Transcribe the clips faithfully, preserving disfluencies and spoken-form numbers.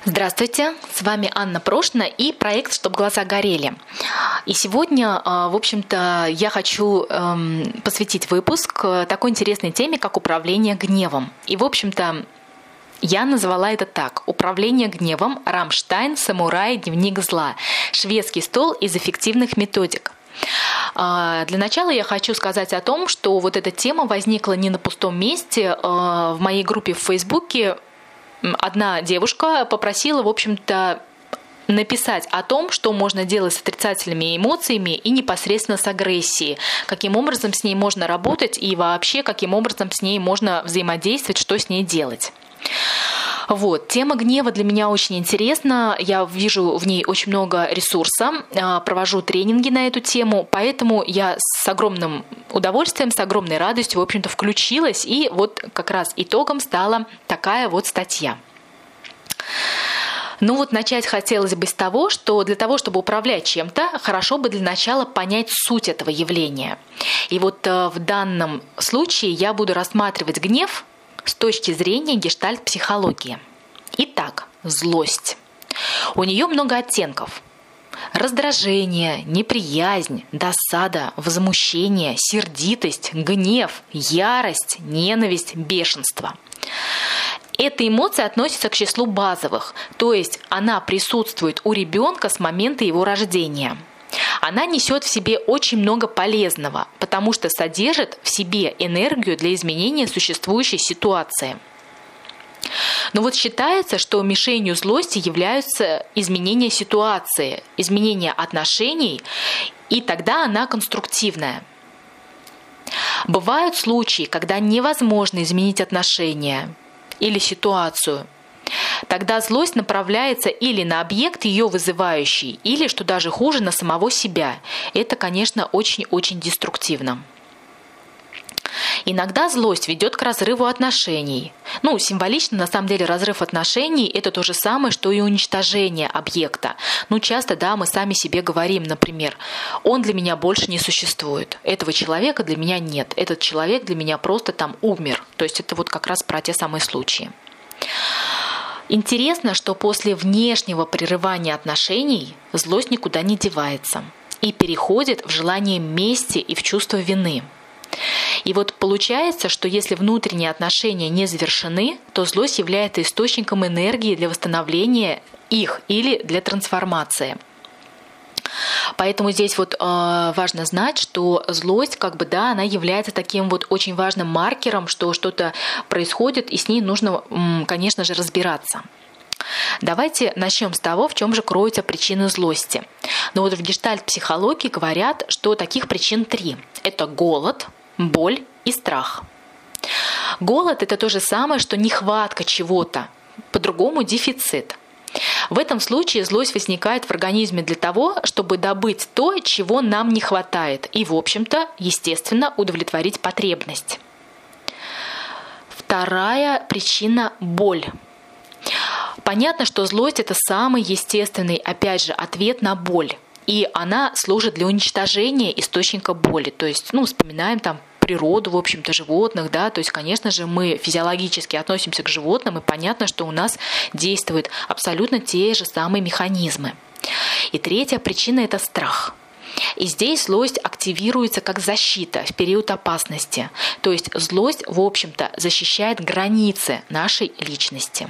Здравствуйте, с вами Анна Прошина и проект «Чтоб глаза горели». И сегодня, в общем-то, я хочу посвятить выпуск такой интересной теме, как управление гневом. И, в общем-то, я назвала это так: «Управление гневом. Рамштайн. Самурай. Дневник зла. Шведский стол из эффективных методик». Для начала я хочу сказать о том, что вот эта тема возникла не на пустом месте. В моей группе в Фейсбуке одна девушка попросила, в общем-то, написать о том, что можно делать с отрицательными эмоциями и непосредственно с агрессией, каким образом с ней можно работать и вообще каким образом с ней можно взаимодействовать, что с ней делать. Вот. Тема гнева для меня очень интересна, я вижу в ней очень много ресурса, провожу тренинги на эту тему, поэтому я с огромным удовольствием, с огромной радостью, в общем-то, включилась, и вот как раз итогом стала такая вот статья. Ну вот начать хотелось бы с того, что для того, чтобы управлять чем-то, хорошо бы для начала понять суть этого явления. И вот в данном случае я буду рассматривать гнев с точки зрения гештальт-психологии. Итак, злость. У нее много оттенков. Раздражение, неприязнь, досада, возмущение, сердитость, гнев, ярость, ненависть, бешенство. Эта эмоция относится к числу базовых, то есть она присутствует у ребенка с момента его рождения. Она несет в себе очень много полезного, потому что содержит в себе энергию для изменения существующей ситуации. Но вот считается, что мишенью злости являются изменения ситуации, изменения отношений, и тогда она конструктивная. Бывают случаи, когда невозможно изменить отношения или ситуацию. Тогда злость направляется или на объект, ее вызывающий, или, что даже хуже, на самого себя. Это, конечно, очень-очень деструктивно. Иногда злость ведет к разрыву отношений. Ну, символично, на самом деле, разрыв отношений – это то же самое, что и уничтожение объекта. Ну, часто, да, мы сами себе говорим, например, «он для меня больше не существует», «этого человека для меня нет», «этот человек для меня просто там умер». То есть это вот как раз про те самые случаи. Интересно, что после внешнего прерывания отношений злость никуда не девается и переходит в желание мести и в чувство вины. И вот получается, что если внутренние отношения не завершены, то злость является источником энергии для восстановления их или для трансформации. Поэтому здесь вот э, важно знать, что злость, как бы, да, она является таким вот очень важным маркером, что что-то происходит, и с ней нужно, конечно же, разбираться. Давайте начнем с того, в чем же кроются причины злости. Но вот в гештальт-психологии говорят, что таких причин три. Это голод, боль и страх. Голод – это то же самое, что нехватка чего-то, по-другому дефицит. В этом случае злость возникает в организме для того, чтобы добыть то, чего нам не хватает, и, в общем-то, естественно, удовлетворить потребность. Вторая причина – боль. Понятно, что злость – это самый естественный, опять же, ответ на боль. И она служит для уничтожения источника боли. То есть, ну, вспоминаем там природу, в общем-то, животных, да, то есть, конечно же, мы физиологически относимся к животным, и понятно, что у нас действуют абсолютно те же самые механизмы. И третья причина – это страх. И здесь злость активируется как защита в период опасности. То есть злость, в общем-то, защищает границы нашей личности.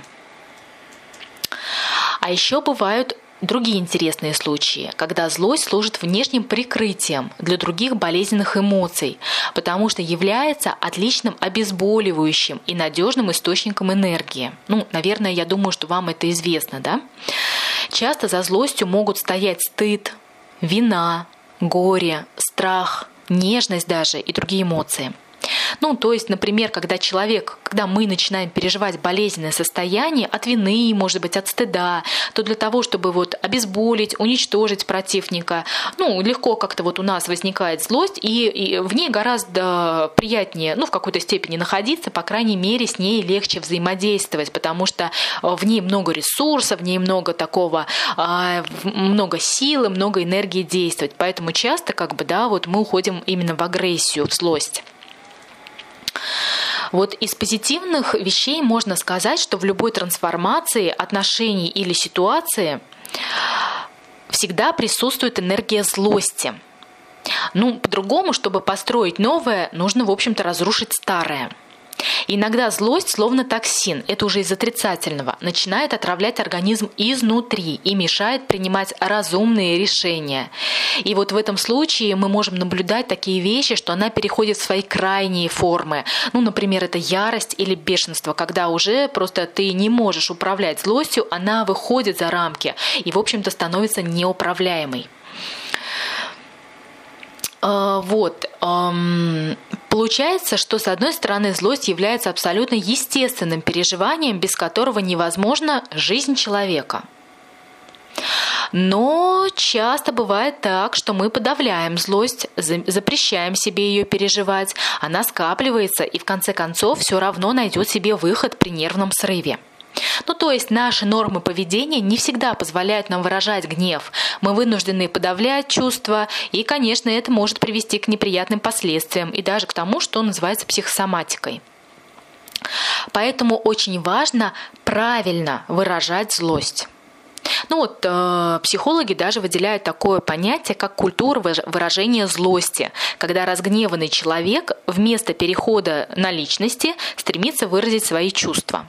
А еще бывают другие интересные случаи, когда злость служит внешним прикрытием для других болезненных эмоций, потому что является отличным обезболивающим и надежным источником энергии. Ну, наверное, я думаю, что вам это известно, да? Часто за злостью могут стоять стыд, вина, горе, страх, нежность даже и другие эмоции. Ну, то есть, например, когда человек, когда мы начинаем переживать болезненное состояние от вины, может быть, от стыда, то для того, чтобы вот обезболить, уничтожить противника, ну, легко как-то вот у нас возникает злость, и, и в ней гораздо приятнее, ну, в какой-то степени находиться, по крайней мере, с ней легче взаимодействовать, потому что в ней много ресурсов, в ней много такого, много силы, много энергии действовать. Поэтому часто, как бы, да, вот мы уходим именно в агрессию, в злость. Вот из позитивных вещей можно сказать, что в любой трансформации отношений или ситуации всегда присутствует энергия злости. Ну, по-другому, чтобы построить новое, нужно, в общем-то, разрушить старое. Иногда злость, словно токсин, это уже из отрицательного, начинает отравлять организм изнутри и мешает принимать разумные решения. И вот в этом случае мы можем наблюдать такие вещи, что она переходит в свои крайние формы. Ну, например, это ярость или бешенство, когда уже просто ты не можешь управлять злостью, она выходит за рамки и, в общем-то, становится неуправляемой. Вот. Получается, что, с одной стороны, злость является абсолютно естественным переживанием, без которого невозможна жизнь человека. Но часто бывает так, что мы подавляем злость, запрещаем себе ее переживать, она скапливается и в конце концов все равно найдет себе выход при нервном срыве. Ну, то есть наши нормы поведения не всегда позволяют нам выражать гнев. Мы вынуждены подавлять чувства, и, конечно, это может привести к неприятным последствиям и даже к тому, что называется психосоматикой. Поэтому очень важно правильно выражать злость. Ну вот, э, психологи даже выделяют такое понятие, как культура выражения злости, когда разгневанный человек вместо перехода на личности стремится выразить свои чувства.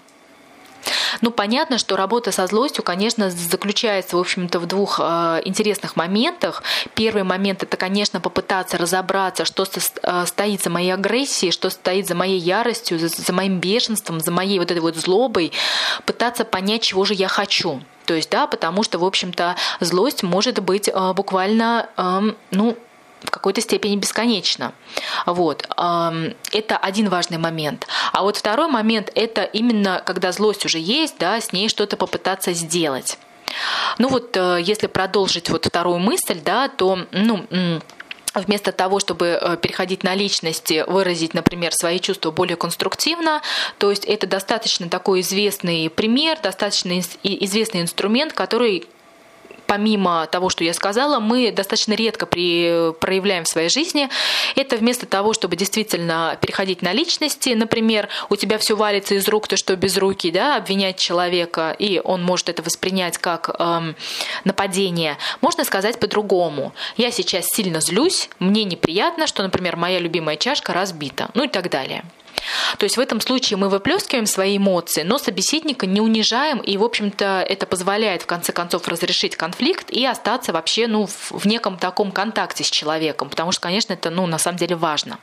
Ну, понятно, что работа со злостью, конечно, заключается, в общем-то, в двух э, интересных моментах. Первый момент – это, конечно, попытаться разобраться, что сто, стоит за моей агрессией, что стоит за моей яростью, за, за моим бешенством, за моей вот этой вот злобой, пытаться понять, чего же я хочу. То есть, да, потому что, в общем-то, злость может быть э, буквально, э, ну, в какой-то степени бесконечно. Вот. Это один важный момент. А вот второй момент – это именно, когда злость уже есть, да, с ней что-то попытаться сделать. Ну вот, если продолжить вот вторую мысль, да, то, ну, вместо того, чтобы переходить на личности, выразить, например, свои чувства более конструктивно, то есть это достаточно такой известный пример, достаточно известный инструмент, который, помимо того, что я сказала, мы достаточно редко при, проявляем в своей жизни. Это вместо того, чтобы действительно переходить на личности, например, у тебя все валится из рук, ты что, без руки, да, обвинять человека, и он может это воспринять как эм, нападение, можно сказать по-другому. Я сейчас сильно злюсь, мне неприятно, что, например, моя любимая чашка разбита, ну и так далее. То есть в этом случае мы выплескиваем свои эмоции, но собеседника не унижаем, и, в общем-то, это позволяет, в конце концов, разрешить конфликт и остаться вообще, ну, в неком таком контакте с человеком, потому что, конечно, это, ну, на самом деле важно.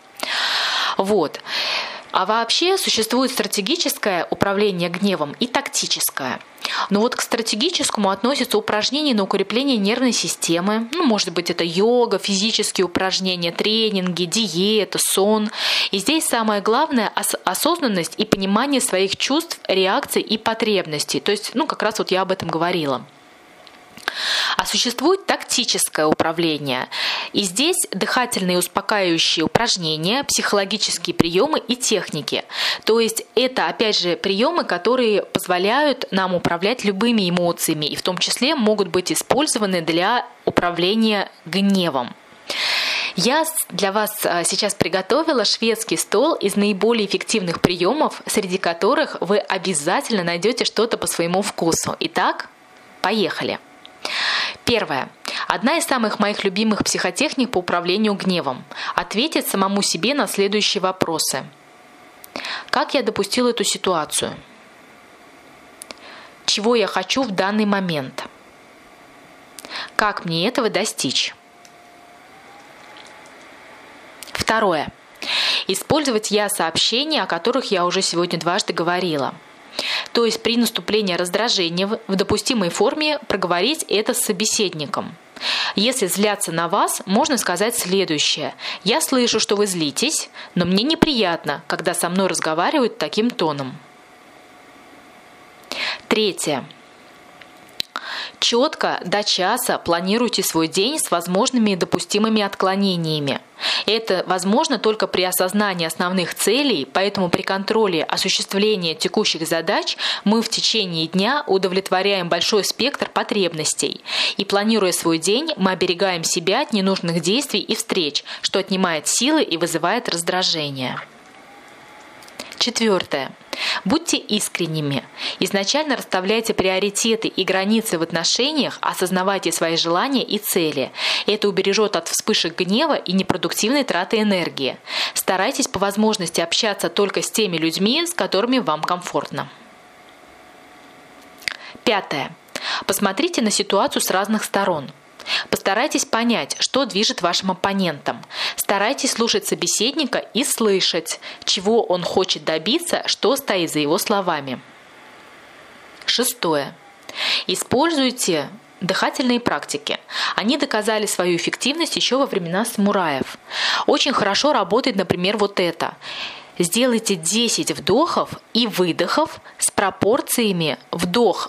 Вот. А вообще существует стратегическое управление гневом и тактическое. Но вот к стратегическому относятся упражнения на укрепление нервной системы. Ну, может быть, это йога, физические упражнения, тренинги, диета, сон. И здесь самое главное – осознанность и понимание своих чувств, реакций и потребностей. То есть, ну, как раз вот я об этом говорила. А существует тактическое управление. И здесь дыхательные успокаивающие упражнения, психологические приемы и техники. То есть это, опять же, приемы, которые позволяют нам управлять любыми эмоциями и в том числе могут быть использованы для управления гневом. Я для вас сейчас приготовила шведский стол из наиболее эффективных приемов, среди которых вы обязательно найдете что-то по своему вкусу. Итак, поехали! Первое. Одна из самых моих любимых психотехник по управлению гневом – ответить самому себе на следующие вопросы. Как я допустил эту ситуацию? Чего я хочу в данный момент? Как мне этого достичь? Второе. Использовать я-сообщения, о которых я уже сегодня дважды говорила. То есть при наступлении раздражения в допустимой форме проговорить это с собеседником. Если злятся на вас, можно сказать следующее. «Я слышу, что вы злитесь, но мне неприятно, когда со мной разговаривают таким тоном». Третье. Четко до часа планируйте свой день с возможными и допустимыми отклонениями. Это возможно только при осознании основных целей, поэтому при контроле осуществления текущих задач мы в течение дня удовлетворяем большой спектр потребностей. И планируя свой день, мы оберегаем себя от ненужных действий и встреч, что отнимает силы и вызывает раздражение. Четвертое. Будьте искренними. Изначально расставляйте приоритеты и границы в отношениях, осознавайте свои желания и цели. Это убережет от вспышек гнева и непродуктивной траты энергии. Старайтесь по возможности общаться только с теми людьми, с которыми вам комфортно. Пятое. Посмотрите на ситуацию с разных сторон. Постарайтесь понять, что движет вашим оппонентом. Старайтесь слушать собеседника и слышать, чего он хочет добиться, что стоит за его словами. Шестое. Используйте дыхательные практики. Они доказали свою эффективность еще во времена самураев. Очень хорошо работает, например, вот это. Сделайте десять вдохов и выдохов с пропорциями вдох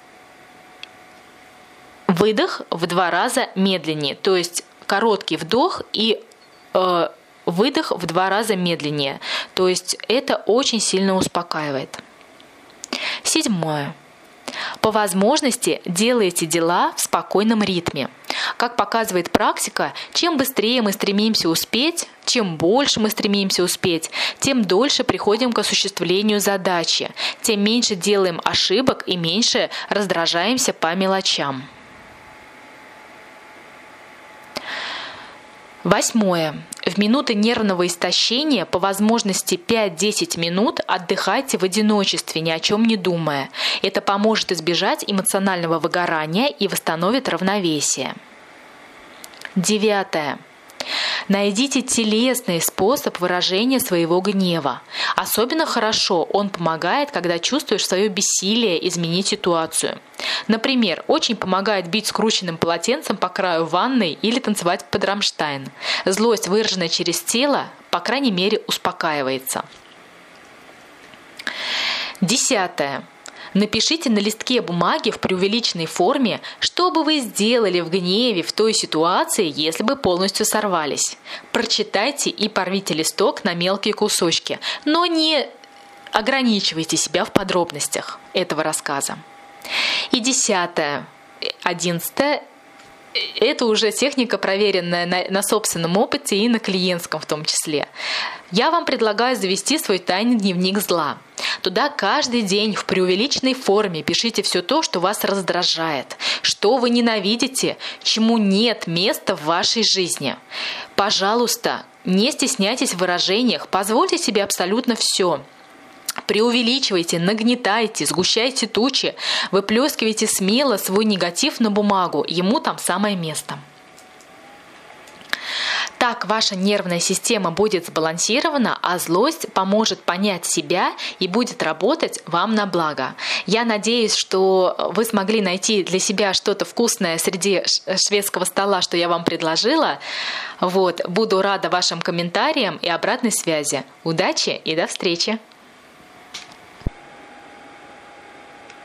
Выдох в два раза медленнее, то есть короткий вдох и э, выдох в два раза медленнее. То есть это очень сильно успокаивает. Седьмое. По возможности делайте дела в спокойном ритме. Как показывает практика, чем быстрее мы стремимся успеть, чем больше мы стремимся успеть, тем дольше приходим к осуществлению задачи, тем меньше делаем ошибок и меньше раздражаемся по мелочам. Восьмое. В минуты нервного истощения по возможности пять-десять минут отдыхайте в одиночестве, ни о чем не думая. Это поможет избежать эмоционального выгорания и восстановит равновесие. Девятое. Найдите телесный способ выражения своего гнева. Особенно хорошо он помогает, когда чувствуешь свое бессилие изменить ситуацию. Например, очень помогает бить скрученным полотенцем по краю ванной или танцевать под Рамштайн. Злость, выраженная через тело, по крайней мере, успокаивается. Десятое. Напишите на листке бумаги в преувеличенной форме, что бы вы сделали в гневе в той ситуации, если бы полностью сорвались. Прочитайте и порвите листок на мелкие кусочки, но не ограничивайте себя в подробностях этого рассказа. И десятое, одиннадцатое. Это уже техника, проверенная на, на собственном опыте и на клиентском в том числе. Я вам предлагаю завести свой тайный дневник зла. Туда каждый день в преувеличенной форме пишите все то, что вас раздражает, что вы ненавидите, чему нет места в вашей жизни. Пожалуйста, не стесняйтесь в выражениях, позвольте себе абсолютно все. Преувеличивайте, нагнетайте, сгущайте тучи, выплескивайте смело свой негатив на бумагу, ему там самое место. Так ваша нервная система будет сбалансирована, а злость поможет понять себя и будет работать вам на благо. Я надеюсь, что вы смогли найти для себя что-то вкусное среди шведского стола, что я вам предложила. Вот. Буду рада вашим комментариям и обратной связи. Удачи и до встречи!